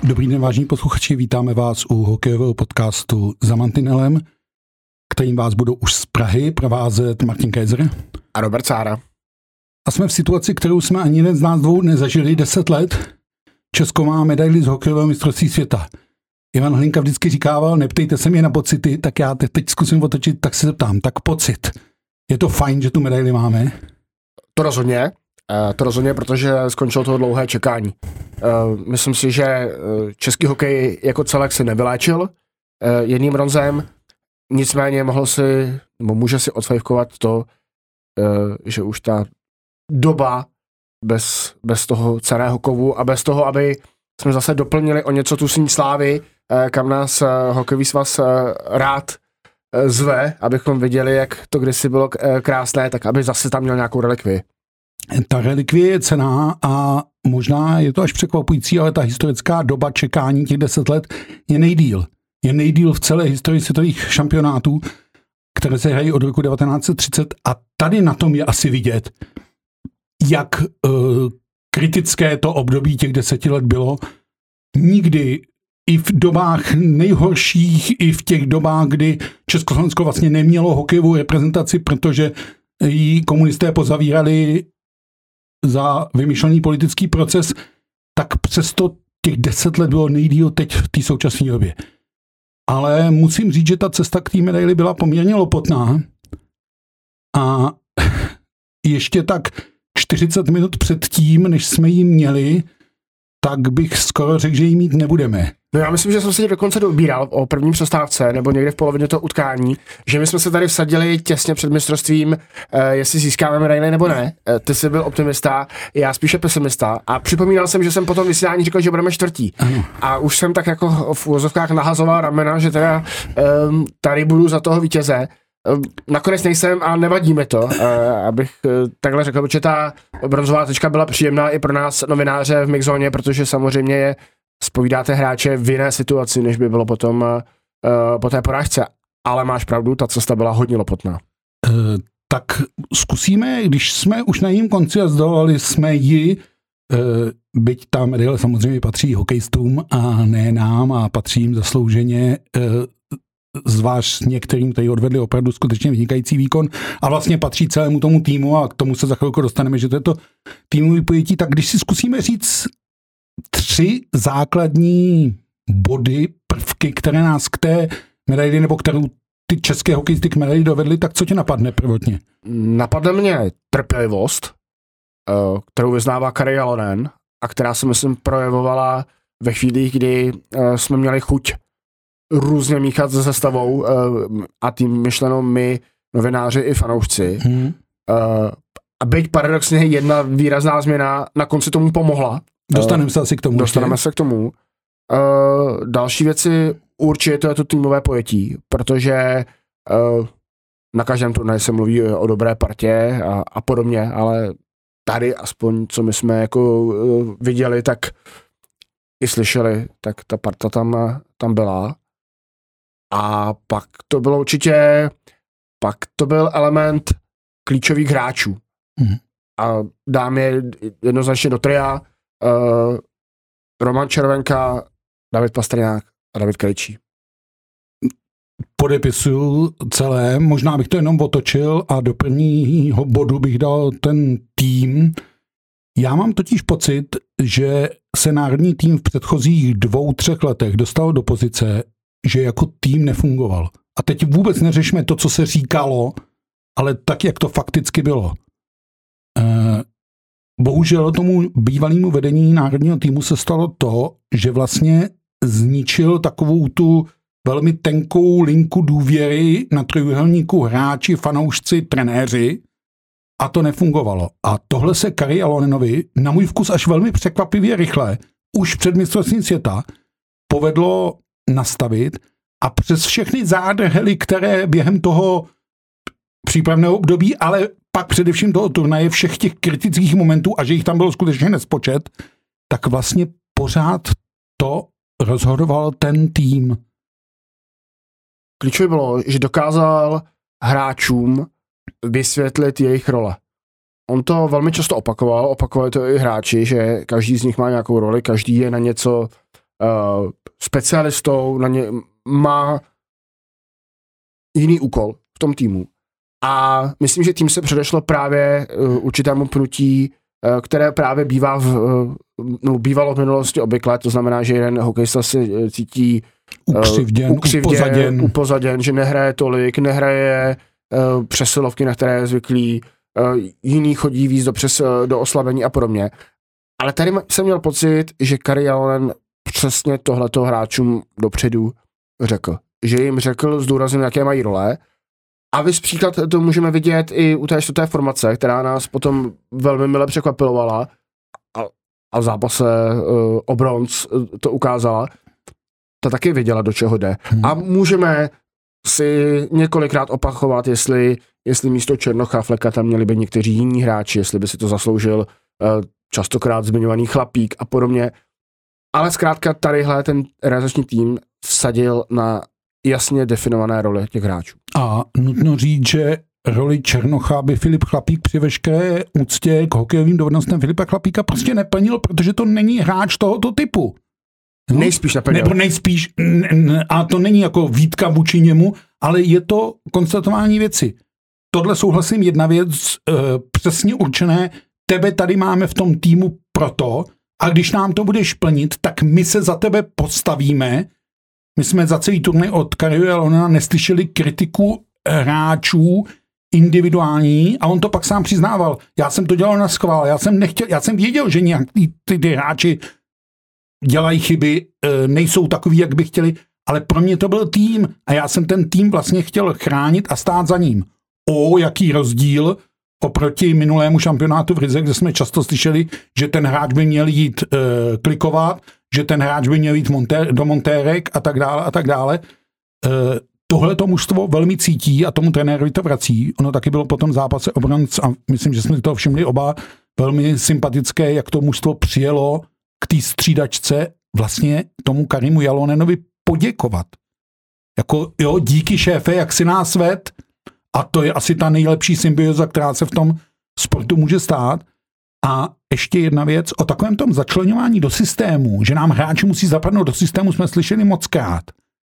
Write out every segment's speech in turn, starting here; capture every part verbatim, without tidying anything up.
Dobrý den, vážení posluchači, vítáme vás u hokejového podcastu Za mantinelem, kterým vás budou už z Prahy provázet Martin Kejzer a Robert Sára. A jsme v situaci, kterou jsme ani jeden z nás dvou nezažili deset let. Česko má medaili z hokejového mistrovství světa. Ivan Hlinka vždycky říkával, neptejte se mě na pocity, tak já te- teď zkusím otočit, tak se zeptám, tak pocit. Je to fajn, že tu medaili máme? To rozhodně. To rozhodně, protože skončilo to dlouhé čekání. Myslím si, že český hokej jako celek se nevyléčil jedním bronzem, nicméně mohl si, nebo může si odfajfkovat to, že už ta doba bez, bez toho celého kovu a bez toho, aby jsme zase doplnili o něco tu síň slávy, kam nás hokejový svaz rád zve, abychom viděli, jak to kdysi bylo krásné, tak aby zase tam měl nějakou relikvii. Ta relikvie je cenná a možná je to až překvapující, ale ta historická doba čekání těch deset let je nejdýl. Je nejdýl v celé historii světových šampionátů, které se hrají od roku devatenáct set třicet a tady na tom je asi vidět, jak uh, kritické to období těch deseti let bylo. Nikdy i v dobách nejhorších, i v těch dobách, kdy Československo vlastně nemělo hokejovou reprezentaci, protože jí komunisté pozavírali za vymyšlený politický proces, tak přesto těch deset let bylo nejdýl teď v té současné době. Ale musím říct, že ta cesta k té medaili byla poměrně lopotná a ještě tak čtyřicet minut před tím, než jsme ji měli, tak bych skoro řekl, že ji mít nebudeme. No já myslím, že jsem se dokonce dobíral o první přestávce, nebo někde v polovině toho utkání, že my jsme se tady vsadili těsně před mistrovstvím, eh, jestli získáme medaili nebo ne. Eh, ty jsi byl optimista, já spíše pesimista. A připomínal jsem, že jsem potom vysílání říkal, že budeme čtvrtí. Ano. A už jsem tak jako v úvozovkách nahazoval ramena, že teda eh, tady budu za toho vítěze. Nakonec nejsem a nevadí mi to, abych takhle řekl, protože ta bronzová tečka byla příjemná i pro nás novináře v mixzóně, protože samozřejmě je zpovídáte hráče v jiné situaci, než by bylo potom po té porážce. Ale máš pravdu, ta cesta byla hodně lopotná. E, tak zkusíme, když jsme už na jejím konci a zdolali jsme ji, e, byť ta medaile samozřejmě patří hokejistům a ne nám a patří jim zaslouženě, e, zvlášť některým, kteří odvedli opravdu skutečně vynikající výkon a vlastně patří celému tomu týmu a k tomu se za chvilku dostaneme, že to je to týmový pojetí, tak když si zkusíme říct tři základní body, prvky, které nás k té medaili nebo kterou ty české hokejisty k medaili dovedly, tak co tě napadne prvotně? Napadne mě trpělivost, kterou vyznává Kari Jalonen a která se myslím projevovala ve chvílích, kdy jsme měli chuť různě míchat se sestavou uh, a tím myšleno my, novináři i fanoušci. Hmm. Uh, a byť paradoxně jedna výrazná změna na konci tomu pomohla. Dostaneme se asi k tomu. Dostaneme ještě. se k tomu. Uh, další věci určitě to je to týmové pojetí, protože uh, na každém turnaji se mluví o dobré partě a, a podobně, ale tady aspoň, co my jsme jako uh, viděli, tak i slyšeli, tak ta parta tam, tam byla. A pak to bylo určitě, pak to byl element klíčových hráčů. Mm. A dám je jednoznačně do tria uh, Roman Červenka, David Pastrňák a David Krejčí. Podepisuju celé, možná bych to jenom otočil a do prvního bodu bych dal ten tým. Já mám totiž pocit, že se národní tým v předchozích dvou, třech letech dostal do pozice, že jako tým nefungoval. A teď vůbec neřešme to, co se říkalo, ale tak, jak to fakticky bylo. Eh, bohužel tomu bývalému vedení národního týmu se stalo to, že vlastně zničil takovou tu velmi tenkou linku důvěry na trojúhelníku hráči, fanoušci, trenéři a to nefungovalo. A tohle se Kari Jalonenovi na můj vkus až velmi překvapivě rychle už před mistrovstvím světa povedlo nastavit a přes všechny zádrhely, které během toho přípravného období, ale pak především toho turnaje, všech těch kritických momentů a že jich tam bylo skutečně nespočet, tak vlastně pořád to rozhodoval ten tým. Klíčové bylo, že dokázal hráčům vysvětlit jejich role. On to velmi často opakoval, opakovali to i hráči, že každý z nich má nějakou roli, každý je na něco uh, specialistou, na ně, má jiný úkol v tom týmu. A myslím, že tým se předešlo právě uh, určitému pnutí, uh, které právě bývá v, uh, no, bývalo v minulosti obvykle, to znamená, že jeden hokejista se uh, cítí uh, ukřivděn, ukřivděn upozaděn. upozaděn, že nehraje tolik, nehraje uh, přesilovky, na které je zvyklý, uh, jiný chodí víc do, přes, uh, do oslabení a podobně. Ale tady jsem měl pocit, že Kari Jalonen přesně tohleto hráčům dopředu řekl. Že jim řekl, zdůraznil, jaké mají role. A vys příklad to můžeme vidět i u té čtvrté formace, která nás potom velmi mile překvapilovala a, a v zápase uh, o bronz uh, to ukázala. Ta taky věděla, do čeho jde. Hmm. A můžeme si několikrát opakovat, jestli, jestli místo Černocha, Fleka tam měli by někteří jiní hráči, jestli by si to zasloužil uh, častokrát zmiňovaný Chlapík a podobně. Ale zkrátka tadyhle ten realizační tým vsadil na jasně definované role těch hráčů. A nutno říct, že roli Černocha by Filip Chlapík při veškeré úctě k hokejovým dovednostem Filipa Chlapíka prostě neplnil, protože to není hráč tohoto typu. No? Nejspíš neplnil. Nebo nejspíš, a to není jako výtka vůči němu, ale je to konstatování věci. Tohle souhlasím, jedna věc e, přesně určené, tebe tady máme v tom týmu proto, a když nám to budeš plnit, tak my se za tebe postavíme. My jsme za celý turnaj od Kariho Jalonena neslyšeli kritiku hráčů individuální a on to pak sám přiznával. Já jsem to dělal na schvál, já jsem nechtěl, já jsem věděl, že nějak ty, ty, ty hráči dělají chyby, nejsou takový, jak by chtěli, ale pro mě to byl tým a já jsem ten tým vlastně chtěl chránit a stát za ním. O, jaký rozdíl oproti minulému šampionátu v Rize, kde jsme často slyšeli, že ten hráč by měl jít e, klikovat, že ten hráč by měl jít montér, do montérek a tak dále a tak dále. E, tohle to mužstvo velmi cítí a tomu trenérovi to vrací. Ono taky bylo po tom zápase o bronz a myslím, že jsme si to všimli oba velmi sympatické, jak to mužstvo přijelo k té střídačce vlastně tomu Karimu Jalonenovi poděkovat. Jako jo, díky šéfe, jak si nás ved, a to je asi ta nejlepší symbioza, která se v tom sportu může stát. A ještě jedna věc, o takovém tom začleňování do systému, že nám hráči musí zapadnout do systému, jsme slyšeli mockrát.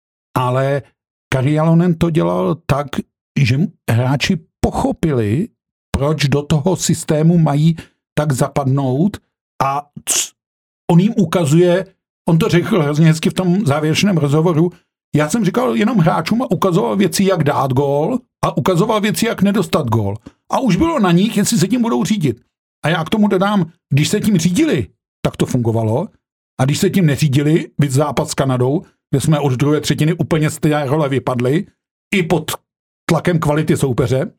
Ale Kari Jalonen to dělal tak, že hráči pochopili, proč do toho systému mají tak zapadnout a on jim ukazuje, on to řekl hrozně hezky v tom závěrečném rozhovoru, já jsem říkal jenom hráčům a ukazoval věci, jak dát gól a ukazoval věci, jak nedostat gól. A už bylo na nich, jestli se tím budou řídit. A já k tomu dodám, když se tím řídili, tak to fungovalo. A když se tím neřídili, víc zápas s Kanadou, kde jsme od druhé třetiny úplně z té role vypadli, i pod tlakem kvality soupeře,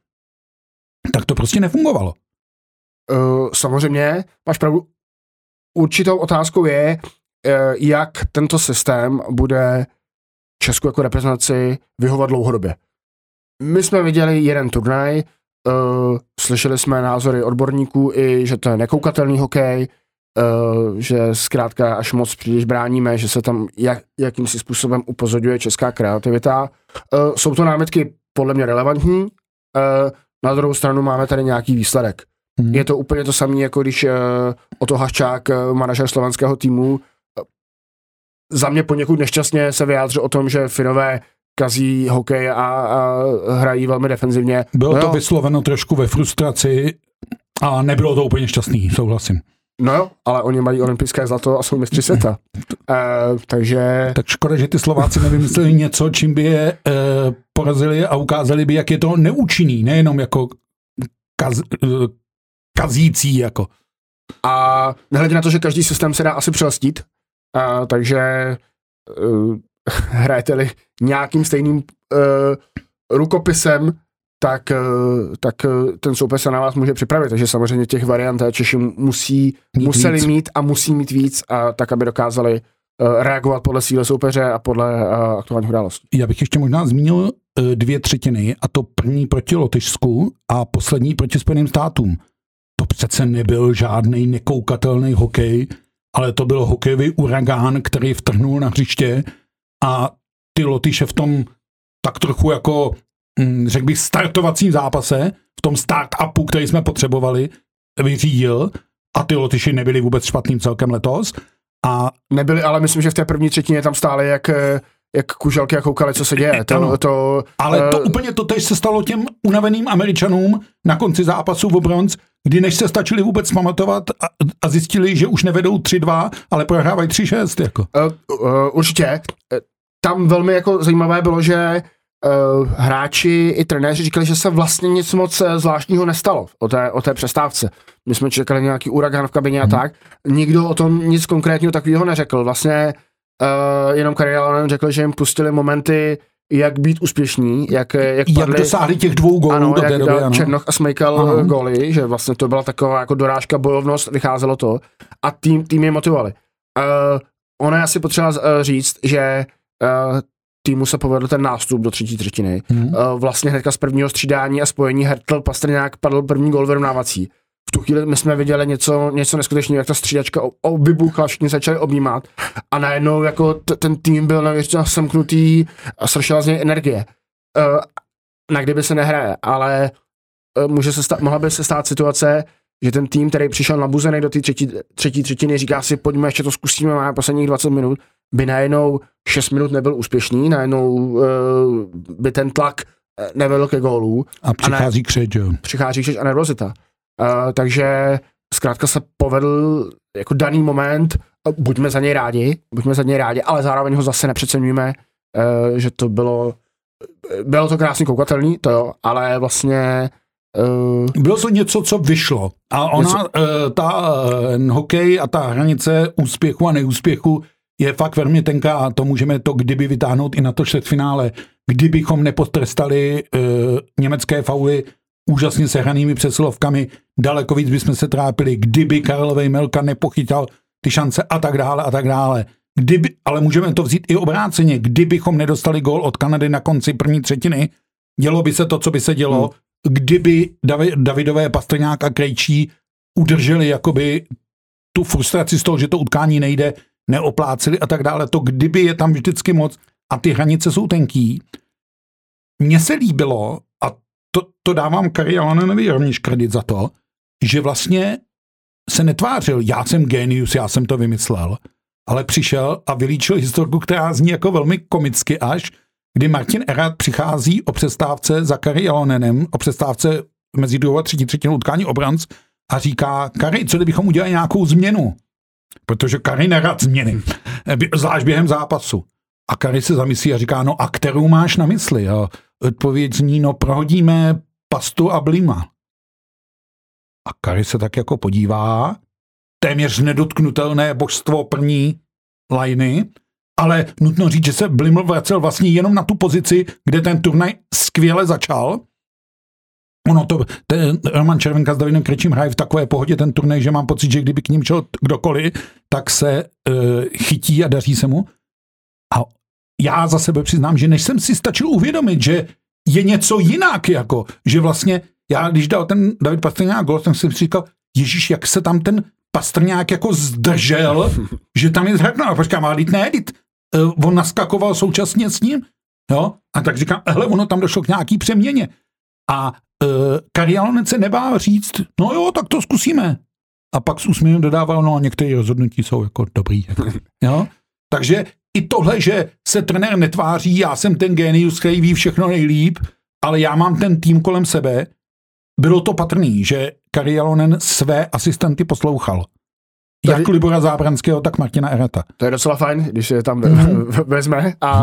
tak to prostě nefungovalo. Uh, samozřejmě, máš pravdu. Určitou otázkou je, uh, jak tento systém bude Česku jako reprezentaci vyhovat dlouhodobě. My jsme viděli jeden turnaj, uh, slyšeli jsme názory odborníků i, že to je nekoukatelný hokej, uh, že zkrátka až moc příliš bráníme, že se tam jak, jakýmsi způsobem upozorňuje česká kreativita. Uh, jsou to námitky podle mě relevantní, uh, na druhou stranu máme tady nějaký výsledek. Hmm. Je to úplně to samé, jako když uh, Oto Haščák, uh, manažer slovenského týmu, uh, za mě poněkud nešťastně se vyjádřil o tom, že Finové kazí hokej a, a hrají velmi defenzivně. Bylo no to jo. vysloveno trošku ve frustraci a nebylo to úplně šťastný, souhlasím. No jo, ale oni mají olympijské zlato a jsou mistři světa. uh, takže... Tak škoda, že ty Slováci nevymysleli něco, čím by je uh, porazili a ukázali by, jak je to neúčinný, nejenom jako kaz, uh, kazící. Jako. A nehledě na to, že každý systém se dá asi přelstít, uh, takže uh, hrajete-li nějakým stejným uh, rukopisem, tak, uh, tak uh, ten soupeř se na vás může připravit. Takže samozřejmě těch variant Češi musí, mít museli víc. mít a musí mít víc, a tak, aby dokázali uh, reagovat podle síly soupeře a podle uh, aktuálního události. Já bych ještě možná zmínil uh, dvě třetiny, a to první proti Lotyšsku a poslední proti Spojeným státům. To přece nebyl žádný nekoukatelný hokej, ale to byl hokejový uragán, který vtrhnul na hřiště a ty Lotyše v tom tak trochu jako, řekl bych, startovacím zápase, v tom start-upu, který jsme potřebovali, vyřídil, a ty Lotyši nebyli vůbec špatným celkem letos. A nebyli, ale myslím, že v té první třetině tam stály jak, jak kuželky a koukali, co se děje. To, to, ale to uh, úplně totéž se stalo těm unaveným Američanům na konci zápasu v bronz, kdy než se stačili vůbec pamatovat a, a zjistili, že už nevedou tři dva, ale prohrávají tři šest. Jako. Uh, uh, určitě. Tam velmi jako zajímavé bylo, že uh, hráči i trenéři říkali, že se vlastně nic moc zvláštního nestalo o té, o té přestávce. My jsme čekali nějaký uragán v kabině hmm. a tak. Nikdo o tom nic konkrétního takového neřekl. Vlastně uh, jenom Curry Allen řekl, že jim pustili momenty, jak být úspěšní, jak, jak padli. Jak dosáhli těch dvou gólů ano, do té doby, ano. Černoch a Smejkal góly, že vlastně to byla taková jako dorážka, bojovnost, vycházelo to a tým, tým je motivovali. Uh, ona je asi potřeba uh, říct, že uh, týmu se povedl ten nástup do třetí třetiny. Hmm. Uh, vlastně hnedka z prvního střídání a spojení Hertl, Pastrňák padl první gól vyrovnávací. V tu chvíli my jsme viděli něco, něco neskutečného, jak ta střídačka vybuchla, všichni začali objímat a najednou jako t- ten tým byl neuvěřitelně semknutý a sršela z něj energie. Uh, na kdyby se nehraje, ale uh, může se stát, mohla by se stát situace, že ten tým, který přišel nabuzený do té třetí, třetí třetiny, říká si, pojďme, ještě to zkusíme, máme posledních dvacet minut, by najednou šest minut nebyl úspěšný, najednou uh, by ten tlak nevedl ke gólu. A přichází křeč, jo. Přichází křeč a nervozita. Uh, takže zkrátka se povedl jako daný moment, buďme za něj rádi, buďme za něj rádi, ale zároveň ho zase nepřeceňujeme, uh, že to bylo, bylo to krásně koukatelný, to jo, ale vlastně Uh, bylo to něco, co vyšlo. A ona, něco... uh, ta uh, hokej a ta hranice úspěchu a neúspěchu je fakt velmi tenká a to můžeme to kdyby vytáhnout i na to čtvrtfinále. Kdybychom nepotrestali uh, německé fauly úžasně sehranými přesilovkami, daleko víc bychom se trápili, kdyby Karel Vejmelka nepochytal ty šance a tak dále a tak dále. Kdyby, ale můžeme to vzít i obráceně. Kdybychom nedostali gól od Kanady na konci první třetiny, dělo by se to, co by se dělo, hmm. kdyby Davi, Davidové, Pastrňák a Krejčí udrželi jakoby tu frustraci z toho, že to utkání nejde, neopláceli a tak dále. To kdyby je tam vždycky moc a ty hranice jsou tenký. Mně se líbilo, a to, to dávám Curry Allenovi rovněž kredit za to, že vlastně se netvářil, já jsem genius, já jsem to vymyslel, ale přišel a vylíčil historku, která zní jako velmi komicky až, kdy Martin Erat přichází o přestávce za Curry Allenem, o přestávce mezi druhou a třetí třetinou utkání o bronz a říká, Curry, co kdybychom udělali nějakou změnu? Protože Curry nerad změny, zvlášť během zápasu. A Curry se zamyslí a říká, no a kterou máš na mysli? A odpověď zní, no prohodíme Pastu a Blima. A Curry se tak jako podívá, téměř nedotknutelné božstvo první lajny, ale nutno říct, že se Bliml vracel vlastně jenom na tu pozici, kde ten turnaj skvěle začal. Ono to, ten Roman Červenka s Davidem Krejčím hraje v takové pohodě ten turnaj, že mám pocit, že kdyby k ním šel kdokoliv, tak se uh, chytí a daří se mu. A já za sebe přiznám, že než jsem si stačil uvědomit, že je něco jinak, jako, že vlastně já, když dal ten David Pastrňák gól, jsem si říkal, ježíš, jak se tam ten Pastrňák jako zdržel, že tam je zhrknul. A počkám, ale dit ne, dit. Uh, on naskakoval současně s ním, jo, a tak říkám, hele, ono tam došlo k nějaký přeměně. A uh, Curry Allen se nebál říct, no jo, tak to zkusíme. A pak s úsměvem dodával, no a některé rozhodnutí jsou jako dobrý. Jako, jo? Takže i tohle, že se trenér netváří, já jsem ten génius, který ví všechno nejlíp, ale já mám ten tým kolem sebe, bylo to patrný, že Curry Allen své asistenty poslouchal. Tady, jak Libora Zábranského, tak Martina Erata. To je docela fajn, když je tam mm-hmm. vezme a,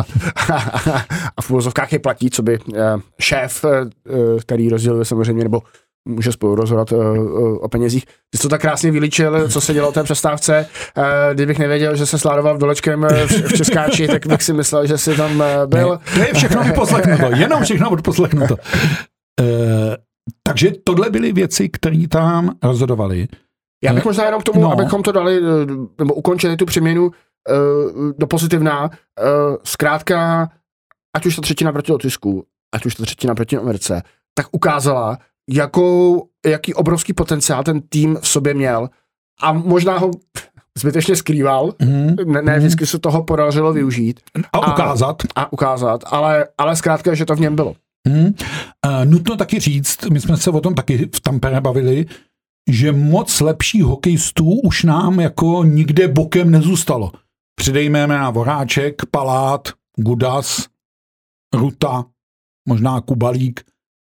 a v uvozovkách je platí, co by šéf, který rozděluje samozřejmě, nebo může spolu rozhodovat o penězích. Ty jsi to tak krásně vylíčil, co se dělo o té přestávce. Kdybych nevěděl, že se sládoval vdolečkem v Českáči, tak bych si myslel, že jsi tam byl. Ne, to je všechno odposlechnuto, jenom všechno odposlechnuto. Uh, takže tohle byly věci, které tam rozhodovaly. Já bych možná jenom k tomu, no. abychom to dali, nebo ukončili tu přeměnu uh, do pozitivná. Uh, zkrátka, ať už ta třetina proti Lotyšsku, ať už ta třetina proti Americe, tak ukázala, jakou, jaký obrovský potenciál ten tým v sobě měl a možná ho zbytečně skrýval. Mm-hmm. Ne, ne vždycky se toho podařilo využít. A, a ukázat. A ukázat, ale, ale zkrátka, že to v něm bylo. Mm. Uh, nutno taky říct, my jsme se o tom taky v Tampere bavili, že moc lepších hokejistů už nám jako nikde bokem nezůstalo. Přidejme na Voráček, Palát, Gudas, Ruta, možná Kubalík,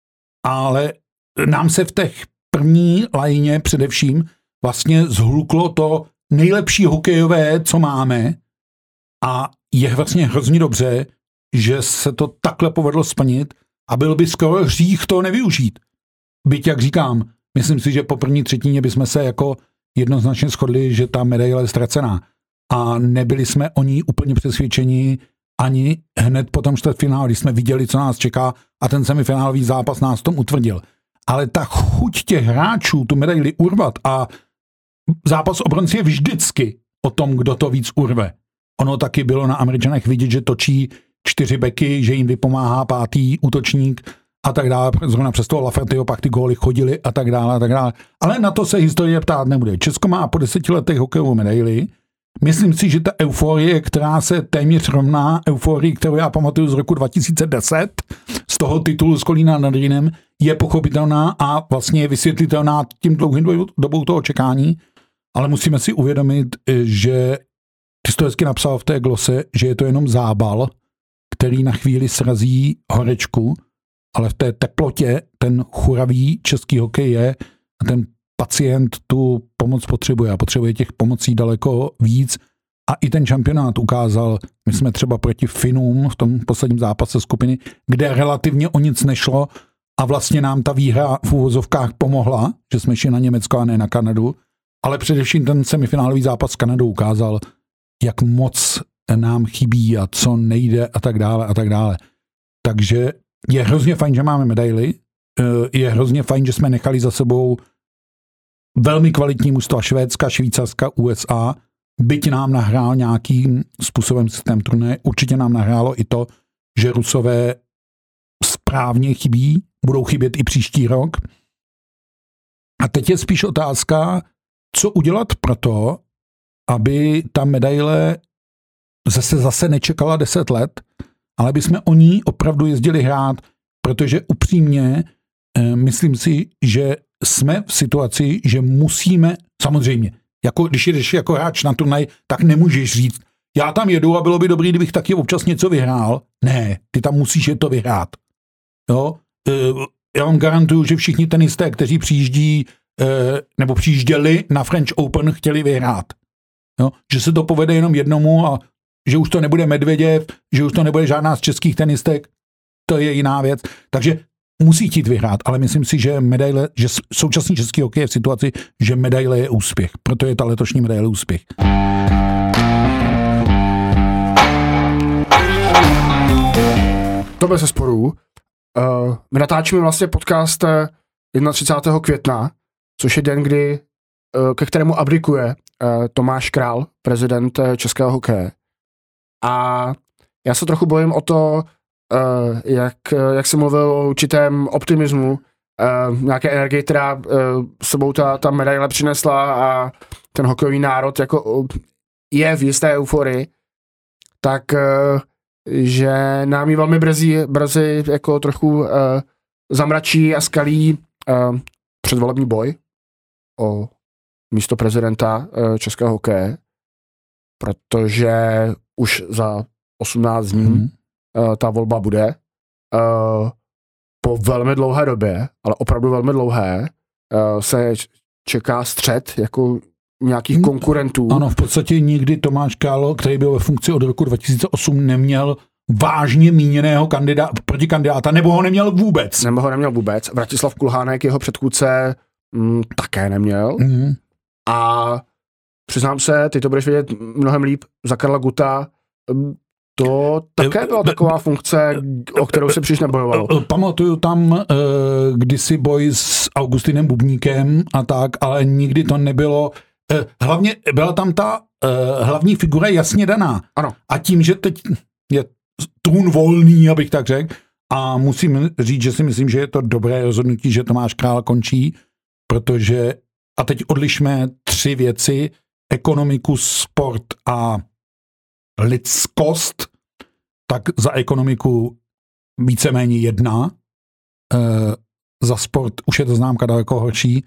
ale nám se v těch první lajně především vlastně zhluklo to nejlepší hokejové, co máme, a je vlastně hrozně dobře, že se to takhle povedlo splnit a byl by skoro hřích to nevyužít. Byť, jak říkám, myslím si, že po první třetině bychom se jako jednoznačně shodli, že ta medaile je ztracená. A nebyli jsme o ní úplně přesvědčeni ani hned po tom čtvrtfinále, když jsme viděli, co nás čeká, a ten semifinálový zápas nás tom utvrdil. Ale ta chuť těch hráčů tu medaili urvat, a zápas o bronz je vždycky o tom, kdo to víc urve. Ono taky bylo na Američanech vidět, že točí čtyři beky, že jim vypomáhá pátý útočník a tak dále. Zrovna přes toho Laffertyho pak ty góly chodily a tak dále a tak dále. Ale na to se historie ptát nebude. Česko má po deseti letech hokejovou medaili. Myslím si, že ta euforie, která se téměř rovná euforii, kterou já pamatuju z roku dva tisíce deset, z toho titulu z Kolína nad Rýnem, je pochopitelná a vlastně je vysvětlitelná tím dlouhým dobou toho čekání, ale musíme si uvědomit, že ty jsi to hezky napsal v té glose, že je to jenom zábal, který na chvíli srazí horečku, ale v té teplotě ten churavý český hokej je a ten pacient tu pomoc potřebuje a potřebuje těch pomocí daleko víc. A i ten šampionát ukázal, my jsme třeba proti Finům v tom posledním zápase skupiny, kde relativně o nic nešlo a vlastně nám ta výhra v úvozovkách pomohla, že jsme šli na Německo a ne na Kanadu, ale především ten semifinálový zápas s Kanadou ukázal, jak moc nám chybí a co nejde a tak dále a tak dále. Takže je hrozně fajn, že máme medaily, je hrozně fajn, že jsme nechali za sebou velmi kvalitní mužstva Švédska, Švýcarska, U S A, byť nám nahrál nějakým způsobem systém turnaje, určitě nám nahrálo i to, že Rusové správně chybí, budou chybět i příští rok. A teď je spíš otázka, co udělat pro to, aby ta medaile zase zase nečekala deset let, ale aby jsme o ní opravdu jezdili hrát, protože upřímně eh, myslím si, že jsme v situaci, že musíme, samozřejmě, jako když jdeš jako hráč na turnaj, tak nemůžeš říct, já tam jedu a bylo by dobrý, kdybych taky občas něco vyhrál. Ne, ty tam musíš je to vyhrát. Jo? Eh, já vám garantuju, že všichni tenisté, kteří přijíždí eh, nebo přijížděli na French Open, chtěli vyhrát. Jo? Že se to povede jenom jednomu a že už to nebude Medvěděv, že už to nebude žádná z českých tenistek, to je jiná věc. Takže musí chtít vyhrát, ale myslím si, že medaile, že současný český hokej je v situaci, že medaile je úspěch. Proto je ta letošní medaile úspěch. To bez zesporu. Uh, my natáčíme vlastně podcast třicátého prvního května, což je den, kdy, uh, ke kterému abdikuje uh, Tomáš Král, prezident uh, českého hokeje. A já se trochu bojím o to, uh, jak, jak jsem mluvil o určitém optimismu, uh, nějaké energie, která uh, sebou ta, ta medaile přinesla a ten hokejový národ jako uh, je v jisté euforii, tak uh, že nám ji velmi brzy, brzy jako trochu uh, zamračí a skalí uh, předvolební boj o místo prezidenta uh, českého hokeje, protože už za osmnáct dní mm. uh, ta volba bude. Uh, po velmi dlouhé době, ale opravdu velmi dlouhé, uh, se čeká střet jako nějakých konkurentů. Ano, v podstatě nikdy Tomáš Král, který byl ve funkci od roku dva tisíce osm, neměl vážně míněného kandidá, protikandidáta, nebo ho neměl vůbec. Nebo ho neměl vůbec. Vratislav Kulhánek, jeho předchůdce, m, také neměl. Mm. A přiznám se, ty to budeš vědět mnohem líp, za Karla Guta to také byla taková funkce, o kterou se příliš nebojovalo. Pamatuju tam uh, kdysi boj s Augustinem Bubníkem a tak, ale nikdy to nebylo. Uh, hlavně byla tam ta uh, hlavní figura jasně daná. Ano. A tím, že teď je trůn volný, abych tak řekl, a musím říct, že si myslím, že je to dobré rozhodnutí, že Tomáš Král končí, protože, a teď odlišme tři věci, ekonomiku, sport a lidskost, tak za ekonomiku víceméně jedna, e, za sport už je to známka daleko horší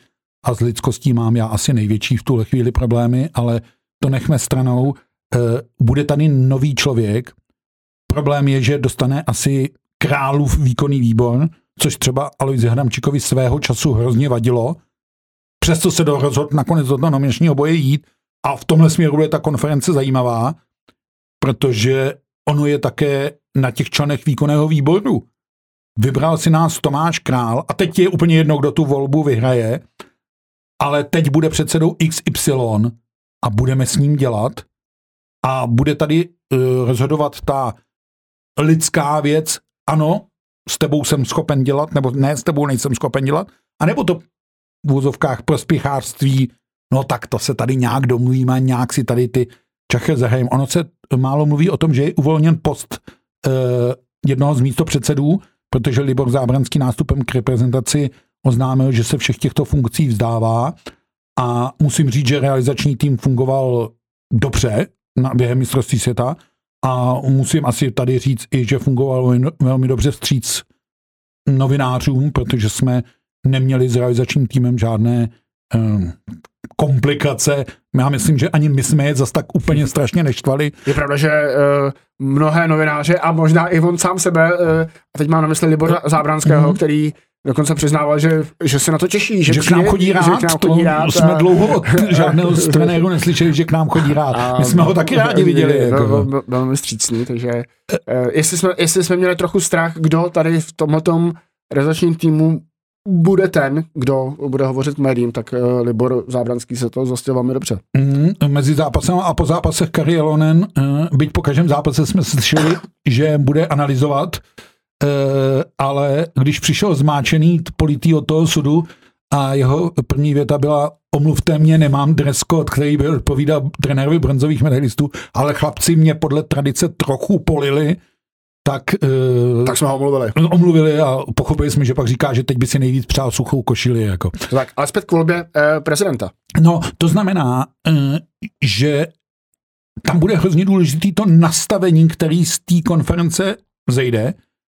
a s lidskostí mám já asi největší v tuhle chvíli problémy, ale to nechme stranou. Bude tady nový člověk. Problém je, že dostane asi Králův výkonný výbor, což třeba Alojzi Hadamčíkovi svého času hrozně vadilo. Přesto se do rozhod nakonec do toho nominačního boje jít a v tomhle směru je ta konference zajímavá, protože ono je také na těch členech výkonného výboru. Vybral si nás Tomáš Král a teď je úplně jedno, kdo tu volbu vyhraje, ale teď bude předsedou X Y a budeme s ním dělat a bude tady uh, rozhodovat ta lidská věc, ano, s tebou jsem schopen dělat, nebo ne, s tebou nejsem schopen dělat, anebo to v úzovkách prospěchářství, no tak to se tady nějak domluvíme, nějak si tady ty čachy zahrajeme. Ono se málo mluví o tom, že je uvolněn post uh, jednoho z místopředsedů, protože Libor Zábranský nástupem k reprezentaci oznámil, že se všech těchto funkcí vzdává a musím říct, že realizační tým fungoval dobře na, během mistrovství světa a musím asi tady říct i, že fungoval velmi dobře vstříc novinářům, protože jsme neměli s realizačním týmem žádné um, komplikace. Já myslím, že ani my jsme je zas tak úplně strašně neštvali. Je pravda, že uh, mnohé novináře a možná i on sám sebe, uh, a teď mám na mysli Libora Zábranského, mm. který dokonce přiznával, že, že se na to těší. Že, že k nám chodí rád, že k nám chodí rád jsme a... dlouho od žádného z trenérů neslyšeli, že k nám chodí rád. A... My jsme ho taky rádi viděli. Jako. Byl velmi vstřícný, takže uh, jestli, jsme, jestli jsme měli trochu strach, kdo tady v tomhletom realizačním týmu bude ten, kdo bude hovořit k médiím, tak uh, Libor Zábranský se to zhostil velmi dobře. Mm, mezi zápasem a po zápasech Kari Jalonen, uh, byť po každém zápase jsme slyšeli, že bude analyzovat, uh, ale když přišel zmáčený politý od toho sudu a jeho první věta byla: omluvte mě, nemám dress code, který by odpovídal trenérovi bronzových medailistů, ale chlapci mě podle tradice trochu polili, tak, uh, tak jsme ho omluvili. Omluvili a pochopili jsme, že pak říká, že teď by si nejvíc přál suchou košili. Jako. Tak, ale zpět k volbě eh, prezidenta. No, to znamená, uh, že tam bude hrozně důležitý to nastavení, který z té konference zejde.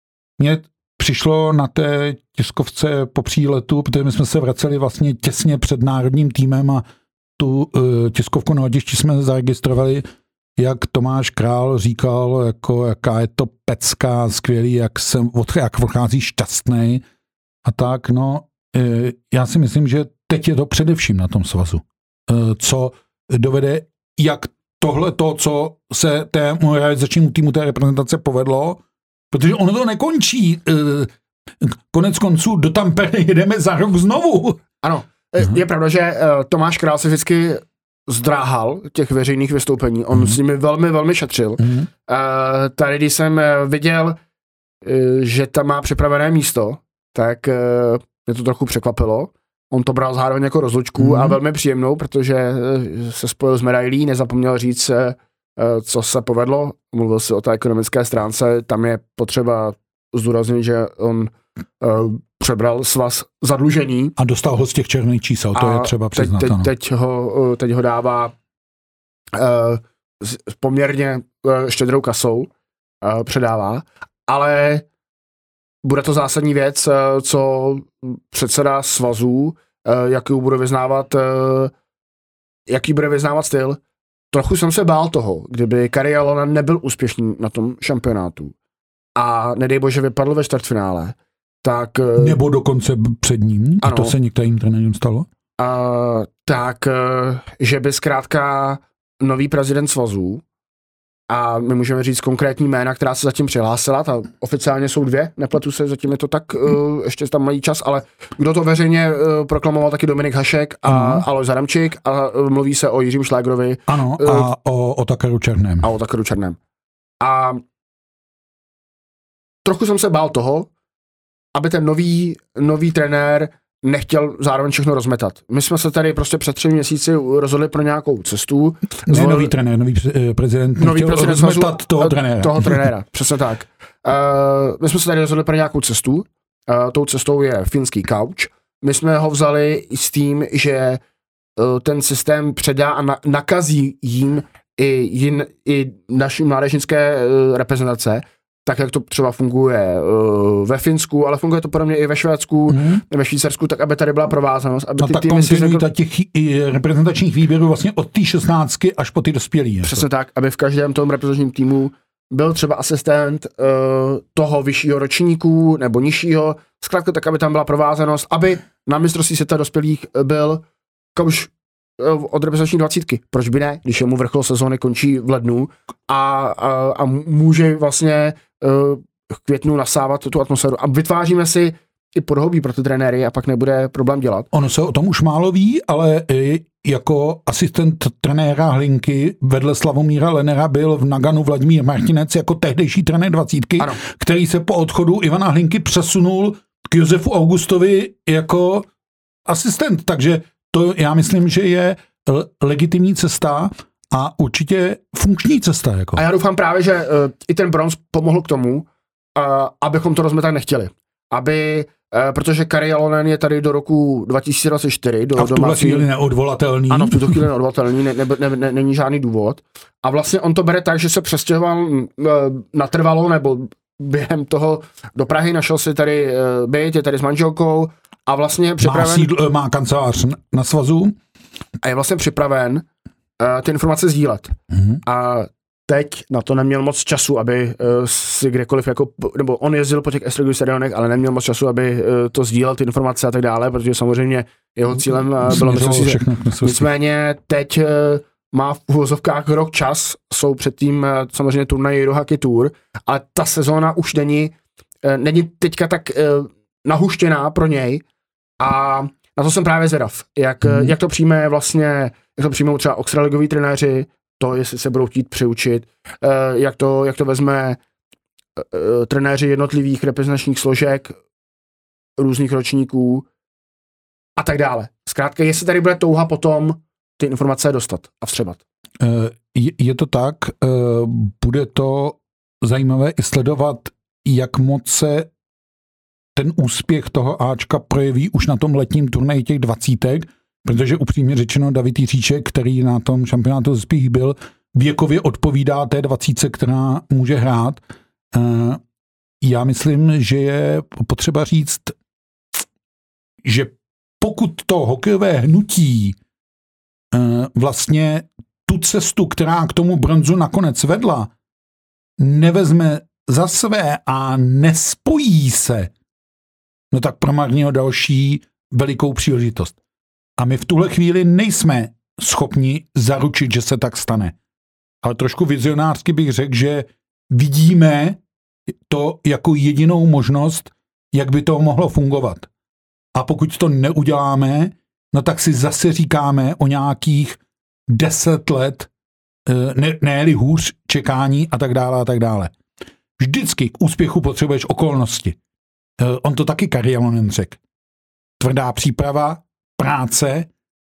Mně přišlo na té tiskovce po příletu, protože my jsme se vraceli vlastně těsně před národním týmem a tu uh, tiskovku na letišti jsme zaregistrovali, jak Tomáš Král říkal, jako jaká je to pecka, skvělý, jak jsem jak odchází šťastnej a tak, no, já si myslím, že teď je to především na tom svazu. Co dovede, jak tohle to, co se tému realizačnímu týmu té reprezentace povedlo, protože ono to nekončí. Konec konců do Tampere jedeme za rok znovu. Ano, je pravda, že Tomáš Král se vždycky zdráhal těch veřejných vystoupení. On mm. s nimi velmi, velmi šetřil. Mm. Uh, tady, když jsem viděl, uh, že tam má připravené místo, tak uh, mě to trochu překvapilo. On to bral zároveň jako rozlučku mm. a velmi příjemnou, protože uh, se spojil s medailí, nezapomněl říct, uh, co se povedlo. Mluvil si o té ekonomické stránce. Tam je potřeba zdůraznit, že on uh, přebral svaz zadlužení. A dostal ho z těch černých čísel, to je třeba přiznat. Teď, teď, teď, ho, teď ho dává uh, s poměrně uh, štědrou kasou, uh, předává, ale bude to zásadní věc, uh, co předseda svazů, uh, jaký bude vyznávat, uh, jaký bude vyznávat styl. Trochu jsem se bál toho, kdyby Kari Jalonen nebyl úspěšný na tom šampionátu a nedej bože vypadl ve čtvrtfinále, tak... Nebo dokonce před ním, ano, a to se některým trenérům stalo? A, tak, že by zkrátka nový prezident svazů, a my můžeme říct konkrétní jména, která se zatím přihlásila, ta oficiálně jsou dvě, nepletu se, zatím je to tak, uh, ještě tam mají čas, ale kdo to veřejně uh, proklamoval, taky Dominik Hašek a Alojz Hadamčík a uh, mluví se o Jiřím Šlégrovi. Ano, a uh, o Otakkaru Černém. A o Otakkaru Černém. A trochu jsem se bál toho, aby ten nový, nový trenér nechtěl zároveň všechno rozmetat. My jsme se tady prostě před třemi měsíci rozhodli pro nějakou cestu. Ne, Zvol... nový trenér, nový prezident nový prezident rozmetat toho trenéra. Toho trenéra, přesně tak. Uh, my jsme se tady rozhodli pro nějakou cestu. Uh, tou cestou je finský couch. My jsme ho vzali s tím, že uh, ten systém předá a na, nakazí jim i, jin, i naší mládežnické uh, reprezentace, tak jak to třeba funguje uh, ve Finsku, ale funguje to podobně i ve Švédsku, mm. ve Švýcarsku, tak aby tady byla provázanost. Aby no ty tak týmy kontinuita řekl... těch reprezentačních výběrů vlastně od té šestnáctky až po ty dospělí. Přesně jako. Tak, aby v každém tom reprezentačním týmu byl třeba asistent uh, toho vyššího ročníku nebo nižšího, zkrátka tak, aby tam byla provázanost, aby na mistrovství světa dospělých byl už uh, od reprezentační dvacítky. Proč by ne, když mu vrchol sezóny končí v lednu a, a, a může vlastně uh, v květnu nasávat tu atmosféru a vytváříme si i podhobí pro ty trenéry a pak nebude problém dělat. Ono se o tom už málo ví, ale jako asistent trenéra Hlinky vedle Slavomíra Lenera byl v Naganu Vladimír Martinec jako tehdejší trenér dvacítky, ano. který se po odchodu Ivana Hlinky přesunul k Josefu Augustovi jako asistent, takže to já myslím, že je legitimní cesta a určitě funkční cesta. Jako. A já doufám právě, že uh, i ten bronz pomohl k tomu, uh, abychom to rozmetat nechtěli. Aby, uh, protože Kari Jalonen je tady do roku dva tisíce dvacet čtyři. Do a v tuhle chvíli neodvolatelný. Ano, v tuto chvíli neodvolatelný, ne, ne, ne, ne, není žádný důvod. A vlastně on to bere tak, že se přestěhoval uh, natrvalo, nebo během toho do Prahy, našel si tady uh, byt, je tady s manželkou a vlastně je připraven... Má, sídl, má kancelář na svazu. A je vlastně připraven uh, ty informace sdílet. Mm-hmm. A teď na to neměl moc času, aby uh, si kdekoliv jako, nebo on jezdil po těch extraligových stadionech, ale neměl moc času, aby uh, to sdílel, ty informace a tak dále, protože samozřejmě jeho cílem uh, bylo mistrovství. Nicméně teď uh, má v uvozovkách rok čas, jsou předtím uh, samozřejmě turnaje Eurohockey Tour, ale ta sezóna už není, uh, není teďka tak uh, nahuštěná pro něj a na to jsem právě zvědav, jak, hmm. jak to přijme vlastně, jak to přijmou třeba extraligoví trenéři, to, jestli se budou chtít přiučit, jak to, jak to vezme trenéři jednotlivých reprezentačních složek, různých ročníků a tak dále. Zkrátka, jestli tady bude touha potom ty informace dostat a vstřebat. Je to tak, bude to zajímavé i sledovat, jak moc se ten úspěch toho Ačka projeví už na tom letním turnaji těch dvacítek, protože upřímně řečeno David Jiříček, který na tom šampionátu dospělých byl, věkově odpovídá té dvacítce, která může hrát. Já myslím, že je potřeba říct, že pokud to hokejové hnutí vlastně tu cestu, která k tomu bronzu nakonec vedla, nevezme za své a nespojí se, no tak promarnil další velikou příležitost. A my v tuhle chvíli nejsme schopni zaručit, že se tak stane. Ale trošku vizionářsky bych řekl, že vidíme to jako jedinou možnost, jak by to mohlo fungovat. A pokud to neuděláme, no tak si zase říkáme o nějakých deset let, ne, ne-li hůř, čekání a tak dále a tak dále. Vždycky k úspěchu potřebuješ okolnosti. On to taky Kari Jalonen řekl. Tvrdá příprava, práce,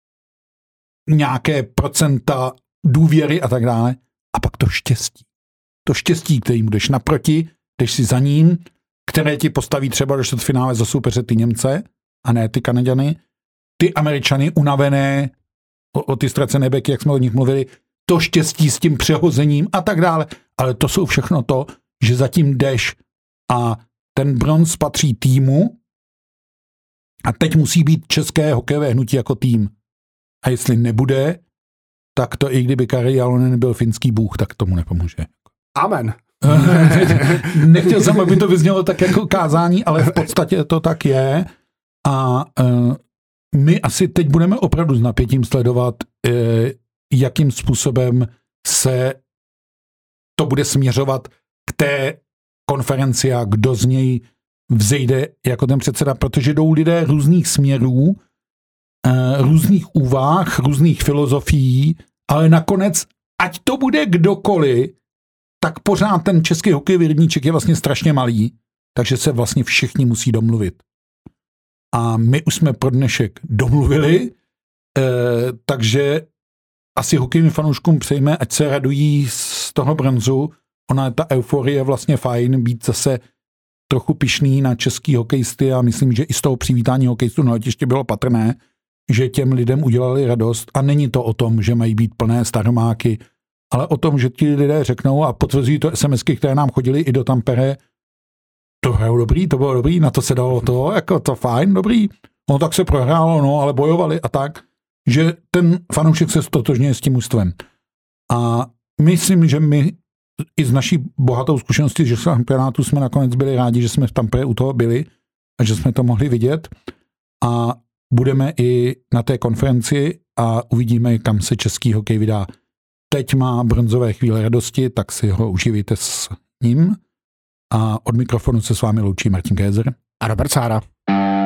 nějaké procenta důvěry a tak dále. A pak to štěstí. To štěstí, kterým jdeš naproti, jdeš si za ním, které ti postaví třeba do čtvrtfinále za soupeře ty Němce, a ne ty Kanaďany, ty Američany unavené, o, o ty ztracené beky, jak jsme o nich mluvili, to štěstí s tím přehozením a tak dále. Ale to jsou všechno to, že zatím jdeš a ten bronz patří týmu a teď musí být české hokejové hnutí jako tým. A jestli nebude, tak to i kdyby Kari Jalonen byl finský bůh, tak tomu nepomůže. Amen. Nechtěl jsem, aby to vyznělo tak jako kázání, ale v podstatě to tak je. A uh, my asi teď budeme opravdu s napětím sledovat, uh, jakým způsobem se to bude směřovat k té konferenci a kdo z něj vzejde jako ten předseda, protože jdou lidé různých směrů, uh, různých úvah, různých filozofií, ale nakonec, ať to bude kdokoliv, tak pořád ten český hokejový rybníček je vlastně strašně malý, takže se vlastně všichni musí domluvit. A my už jsme pro dnešek domluvili, eh, takže asi hokejovým fanouškům přejme, ať se radují z toho bronzu. Ona, ta euforie je vlastně fajn, být zase trochu pyšný na český hokejisty a myslím, že i z toho přivítání hokejistů na letiště bylo patrné, že těm lidem udělali radost a není to o tom, že mají být plné staromáky ale o tom, že ti lidé řeknou a potvrzují to SMSky, které nám chodily i do Tampere, to bylo dobrý, to bylo dobrý, na to se dalo to, jako to fajn, dobrý. No tak se prohrálo, no, ale bojovali a tak, že ten fanoušek se stotožňuje s tím mužstvem. A myslím, že my i z naší bohatou zkušenosti, že šampionátu jsme nakonec byli rádi, že jsme v Tampere u toho byli a že jsme to mohli vidět. A budeme i na té konferenci a uvidíme, kam se český hokej vydá. Teď má bronzové chvíle radosti, tak si ho uživejte s ním. A od mikrofonu se s vámi loučí Martin Kézer a Robert Sára.